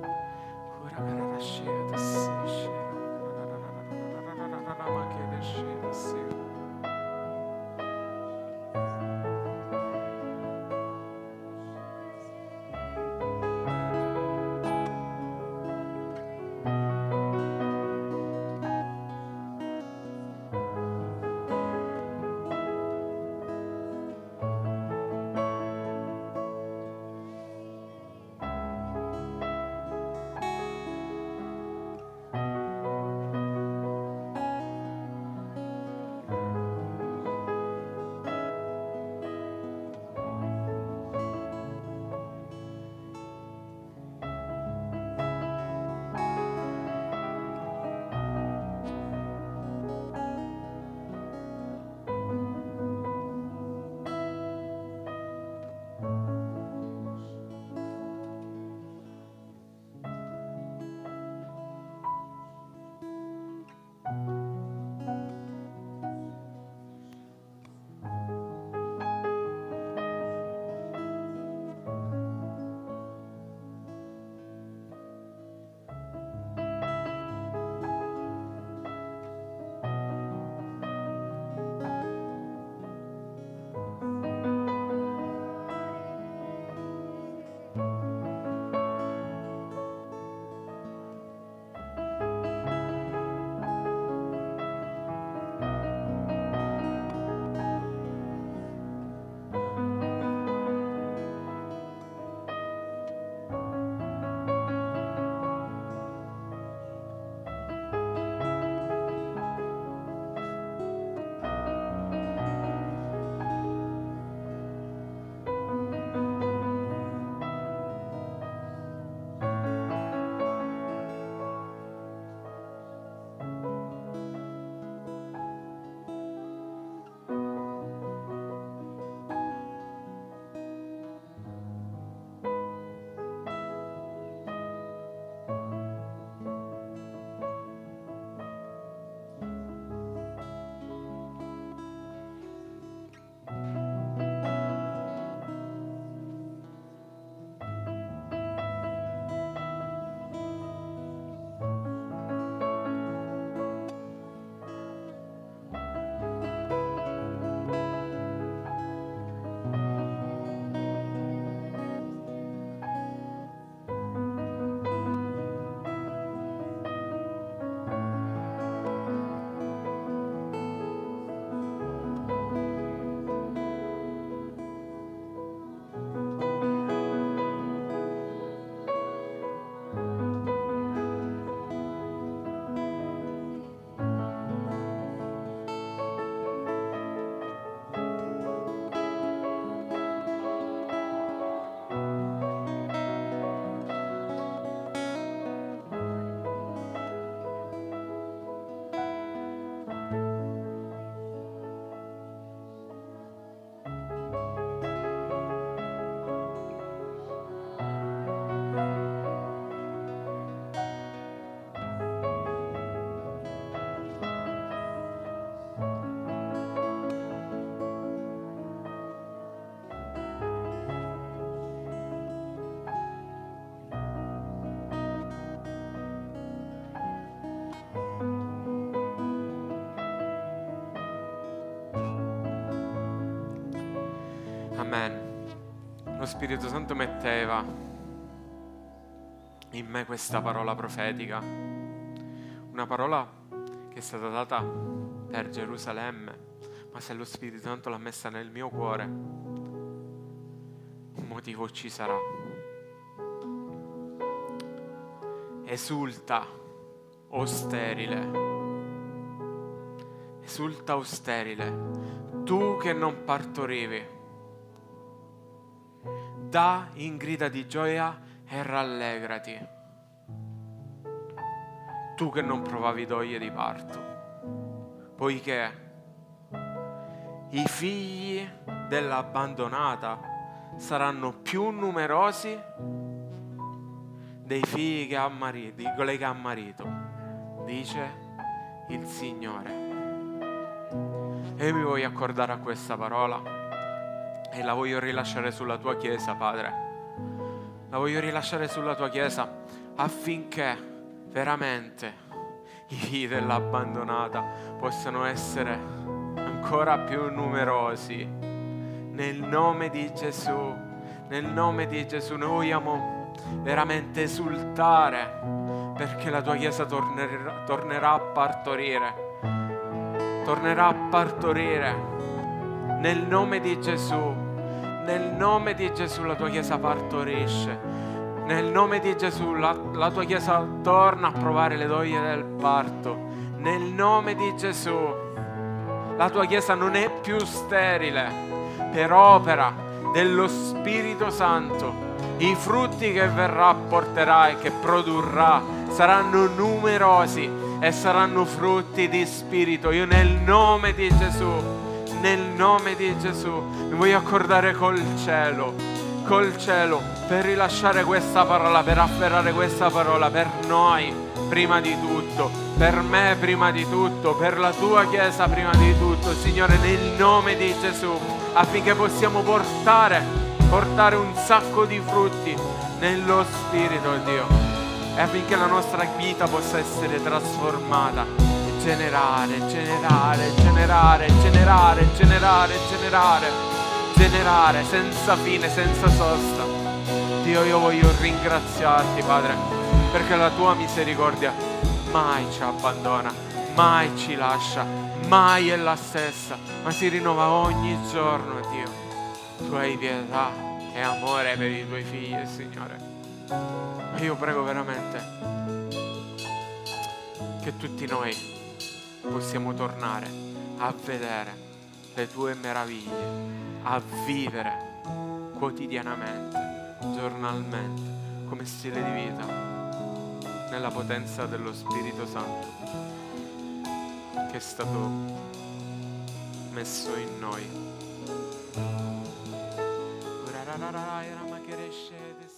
Amen. Lo Spirito Santo metteva in me questa parola profetica, una parola che è stata data per Gerusalemme, ma se lo Spirito Santo l'ha messa nel mio cuore, un motivo ci sarà. Esulta, o sterile, esulta, o sterile, tu che non partorivi, dà in grida di gioia e rallegrati, tu che non provavi doglie di parto, poiché i figli dell'abbandonata saranno più numerosi dei figli che ha marito, di colei che ha marito, dice il Signore. E io mi voglio accordare a questa parola e la voglio rilasciare sulla tua Chiesa, Padre. La voglio rilasciare sulla tua Chiesa affinché veramente i figli dell'abbandonata possano essere ancora più numerosi. Nel nome di Gesù, nel nome di Gesù, noi vogliamo veramente esultare perché la tua Chiesa tornerà a partorire. Tornerà a partorire. Nel nome di Gesù, nel nome di Gesù la tua Chiesa partorisce. Nel nome di Gesù la tua Chiesa torna a provare le doglie del parto. Nel nome di Gesù la tua Chiesa non è più sterile. Per opera dello Spirito Santo i frutti che verrà porterà e che produrrà saranno numerosi e saranno frutti di Spirito. Io nel nome di Gesù, nel nome di Gesù mi voglio accordare col cielo per rilasciare questa parola, per afferrare questa parola per noi prima di tutto, per me prima di tutto, per la tua Chiesa prima di tutto, Signore, nel nome di Gesù, affinché possiamo portare un sacco di frutti nello Spirito, Dio, e affinché la nostra vita possa essere trasformata e generare senza fine, senza sosta. Dio, io voglio ringraziarti, Padre, perché la tua misericordia mai ci abbandona, mai ci lascia, mai è la stessa, ma si rinnova ogni giorno, Dio. Tu hai pietà e amore per i tuoi figli, Signore. E io prego veramente che tutti noi possiamo tornare a vedere le tue meraviglie, a vivere quotidianamente, giornalmente, come stile di vita, nella potenza dello Spirito Santo che è stato messo in noi.